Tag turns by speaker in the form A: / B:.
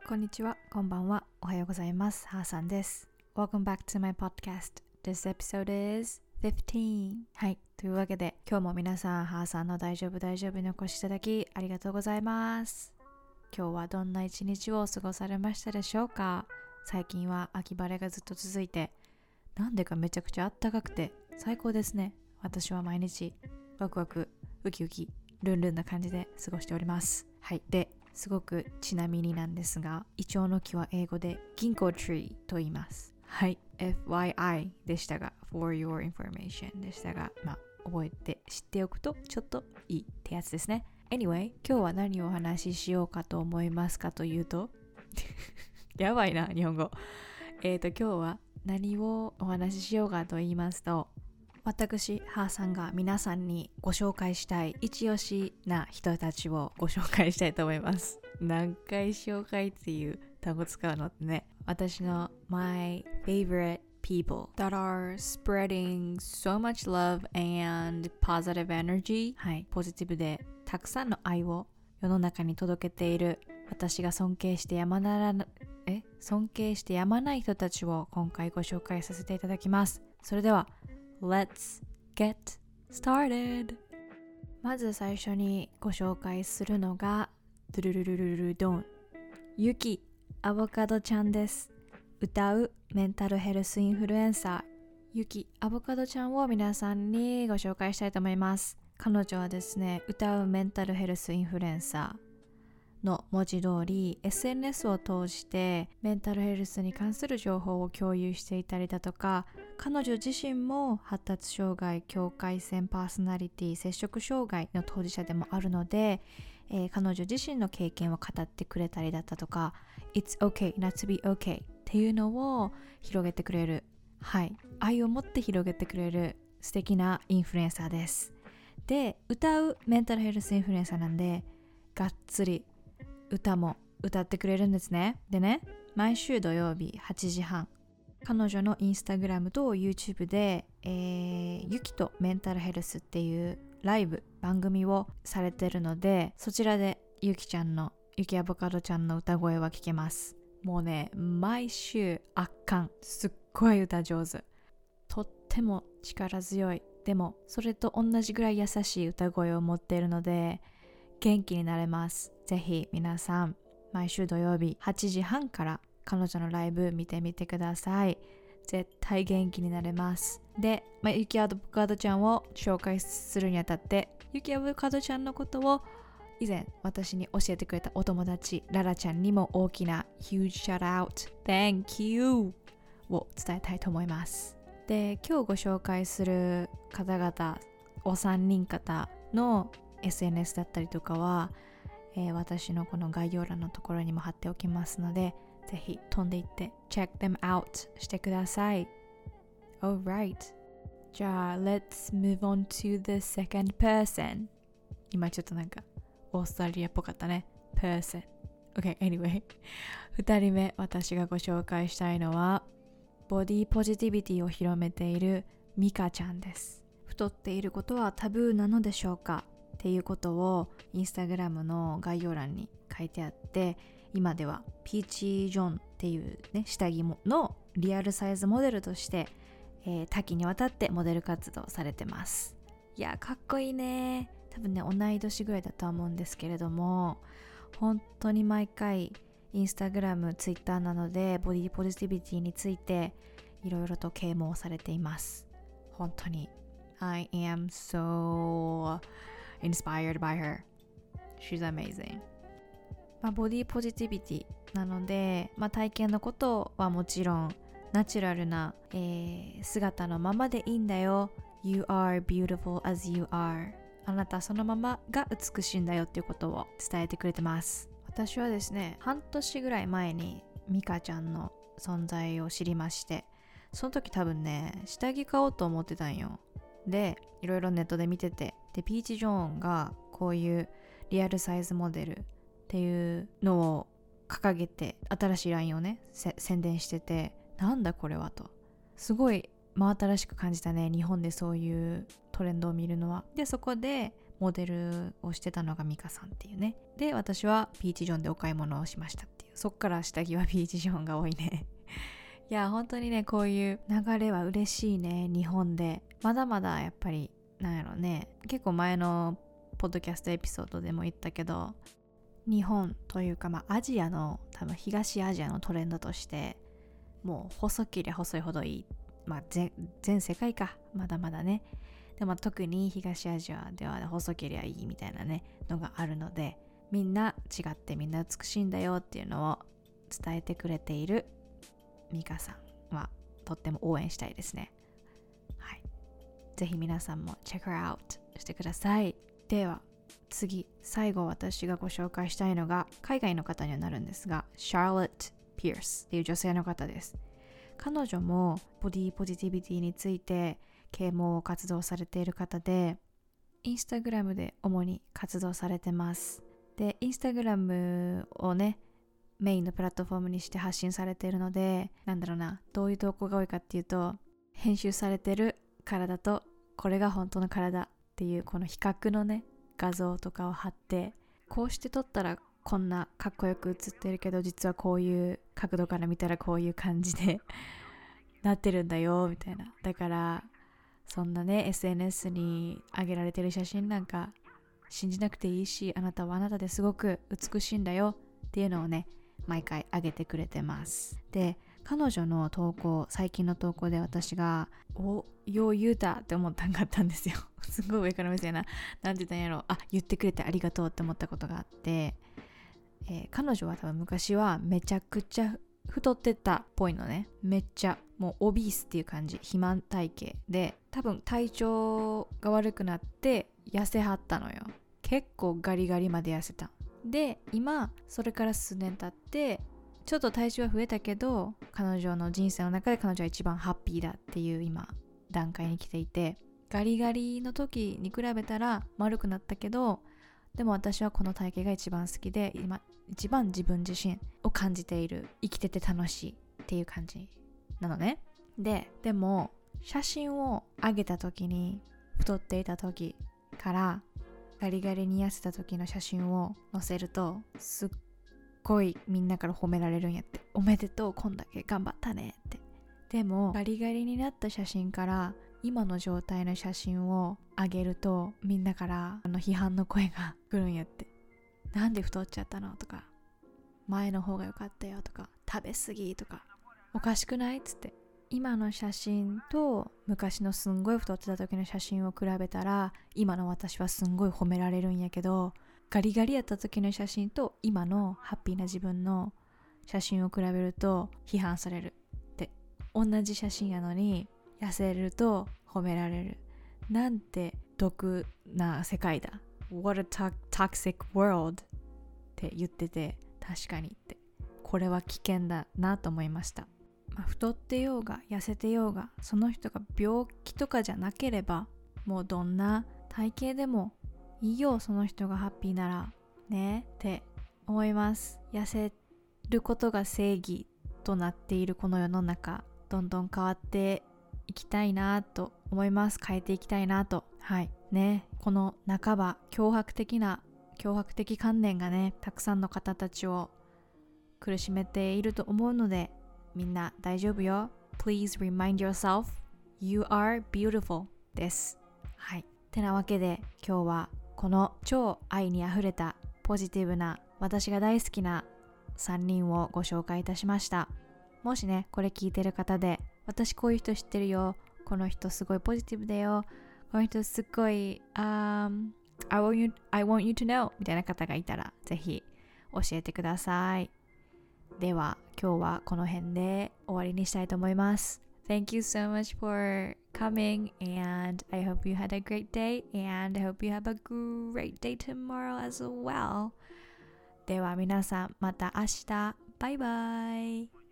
A: こんにちは、こんばんは、おはようございます。ハーさんです。Welcome back to my podcast. This episode is 15. はい、というわけで今日も皆さん、ハーさんの大丈夫にお越しいただきありがとうございます。今日はどんな一日を過ごされましたでしょうか？最近は秋晴れがずっと続いて、なんでかめちゃくちゃ暖かくて最高ですね。私は毎日ワクワク、ウキウキ、ルンルンな感じで過ごしております。はい、ですごくちなみになんですが、イチョウの木は英語でギンコ tree と言います。はい、FYI でしたが for your information でしたが、覚えて知っておくとちょっといいってやつですね。Anyway、今日は何をお話ししようかと思いますかというとやばいな日本語。今日は何をお話ししようかと言いますと、私、ハーさんが皆さんにご紹介したい一押しな人たちをご紹介したいと思います。何回紹介っていう単語使うのってね。私の My favorite people that are spreading so much love and positive energy、 はい、ポジティブでたくさんの愛を世の中に届けている、私が尊敬してやまない人たちを今回ご紹介させていただきます。それではLet's get started! まず最初にご紹介するのがドゥルルルルルルドン、ユキアボカドちゃんです。歌うメンタルヘルスインフルエンサー、ユキアボカドちゃんを皆さんにご紹介したいと思います。彼女はですね、歌うメンタルヘルスインフルエンサーの文字通り SNS を通してメンタルヘルスに関する情報を共有していたりだとか、彼女自身も発達障害、境界線パーソナリティ、摂食障害の当事者でもあるので、彼女自身の経験を語ってくれたりだったとか It's okay not to be okay っていうのを広げてくれる、はい、愛を持って広げてくれる素敵なインフルエンサーです。で、歌うメンタルヘルスインフルエンサーなんで、がっつり歌も歌ってくれるんですね。でね、毎週土曜日8時半、彼女のインスタグラムと YouTube で、ユキとメンタルヘルスっていうライブ番組をされてるので、そちらでユキアボカドちゃんの歌声は聞けます。もうね、毎週圧巻、すっごい歌上手、とっても力強い、でもそれと同じぐらい優しい歌声を持っているので元気になれます。ぜひ皆さん毎週土曜日8時半から彼女のライブ見てみてください。絶対元気になれます。で、ユキアボカドちゃんを紹介するにあたって、ユキアボカドちゃんのことを以前私に教えてくれたお友達ララちゃんにも大きな huge shout out thank you を伝えたいと思います。で、今日ご紹介する方々、お三人方の SNS だったりとかは、私のこの概要欄のところにも貼っておきますので、ぜひ飛んでいって check them out してください。 Alright、 じゃあ let's move on to the second person。 今ちょっとなんかオーストラリアっぽかったね。 person。 OK、 anyway 2人目、私がご紹介したいのはボディポジティビティを広めているミカちゃんです。太っていることはタブーなのでしょうかっていうことをインスタグラムの概要欄に書いてあって、今ではピーチジョンっていうね、下着のリアルサイズモデルとして、多岐にわたってモデル活動されてます。いや、かっこいいね。多分ね、同い年ぐらいだとは思うんですけれども、本当に毎回インスタグラム、ツイッターなどでボディポジティビティについていろいろと啓蒙されています。本当に I am so inspired by her. She's amazing。ボディポジティビティなので、体型のことはもちろんナチュラルな、姿のままでいいんだよ。 You are beautiful as you are。 あなたそのままが美しいんだよっていうことを伝えてくれてます。私はですね、半年ぐらい前にミカちゃんの存在を知りまして、その時多分ね、下着買おうと思ってたんよ。で、いろいろネットで見てて、でピーチ・ジョーンがこういうリアルサイズモデルっていうのを掲げて新しいラインをね宣伝してて、なんだこれはと、すごい真新しく感じたね、日本でそういうトレンドを見るのは。で、そこでモデルをしてたのがミカさんっていうね。で、私はピーチジョンでお買い物をしましたっていう。そっから下着はピーチジョンが多いね。いや、本当にね、こういう流れは嬉しいね、日本で。まだまだやっぱり、なんやろね、結構前のポッドキャストエピソードでも言ったけど、日本というか、アジアの、多分東アジアのトレンドとして、もう細ければ細いほどいい。全世界か、まだまだね。でも特に東アジアでは細ければいいみたいなね、のがあるので、みんな違ってみんな美しいんだよっていうのを伝えてくれているミカさんはとっても応援したいですね。はい。ぜひ皆さんもチェックアウトしてください。では次、最後私がご紹介したいのが海外の方にはなるんですが、シャーロット・ピアスっていう女性の方です。彼女もボディポジティビティについて啓蒙活動されている方で、インスタグラムで主に活動されてます。で、インスタグラムをね、メインのプラットフォームにして発信されているので、どういう投稿が多いかっていうと、編集されてる体とこれが本当の体っていうこの比較のね、画像とかを貼って、こうして撮ったらこんなかっこよく写ってるけど、実はこういう角度から見たらこういう感じでなってるんだよみたいな。だからそんなね SNS に上げられてる写真なんか信じなくていいし、あなたはあなたですごく美しいんだよっていうのをね、毎回上げてくれてます。で、彼女の投稿、最近の投稿で私がよう言うたって思ったんがあったんですよ。すごい上から目線な、なんて言ったんやろ、言ってくれてありがとうって思ったことがあって、彼女は多分昔はめちゃくちゃ太ってたっぽいのね。めっちゃもうオビースっていう感じ、肥満体型で、多分体調が悪くなって痩せはったのよ。結構ガリガリまで痩せた。で、今それから数年経ってちょっと体重は増えたけど、彼女の人生の中で彼女は一番ハッピーだっていう今段階に来ていて、ガリガリの時に比べたら丸くなったけど、でも私はこの体型が一番好きで、今一番自分自身を感じている、生きてて楽しいっていう感じなのね。でも写真を上げた時に、太っていた時からガリガリに痩せた時の写真を載せると、すっごいみんなから褒められるんやって。おめでとう、こんだけ頑張ったねって。でもガリガリになった写真から今の状態の写真を上げると、みんなから批判の声が来るんやって。なんで太っちゃったのとか、前の方が良かったよとか、食べ過ぎとか、おかしくないっつって。今の写真と昔のすんごい太ってた時の写真を比べたら、今の私はすんごい褒められるんやけど、ガリガリやった時の写真と今のハッピーな自分の写真を比べると批判されるって。同じ写真やのに痩せると褒められる。なんて毒な世界だ。What a toxic world って言ってて、確かにって、これは危険だなと思いました。太ってようが痩せてようが、その人が病気とかじゃなければ、もうどんな体型でもいいよ、その人がハッピーならねって思います。痩せることが正義となっているこの世の中、どんどん変わっていきたいなと思います。変えていきたいなと。はいね、この半ば脅迫的観念がね、たくさんの方たちを苦しめていると思うので、みんな大丈夫よ。 Please remind yourself you are beautiful です。はい。てなわけで、今日はこの超愛にあふれたポジティブな私が大好きな3人をご紹介いたしました。もしね、これ聞いてる方で、私こういう人知ってるよ、この人すごいポジティブだよ、この人すっごいI want you to know みたいな方がいたら、ぜひ教えてください。では今日はこの辺で終わりにしたいと思います。Thank you so much for coming, and I hope you had a great day, and I hope you have a great day tomorrow as well. では皆さん、また明日。バイバイ。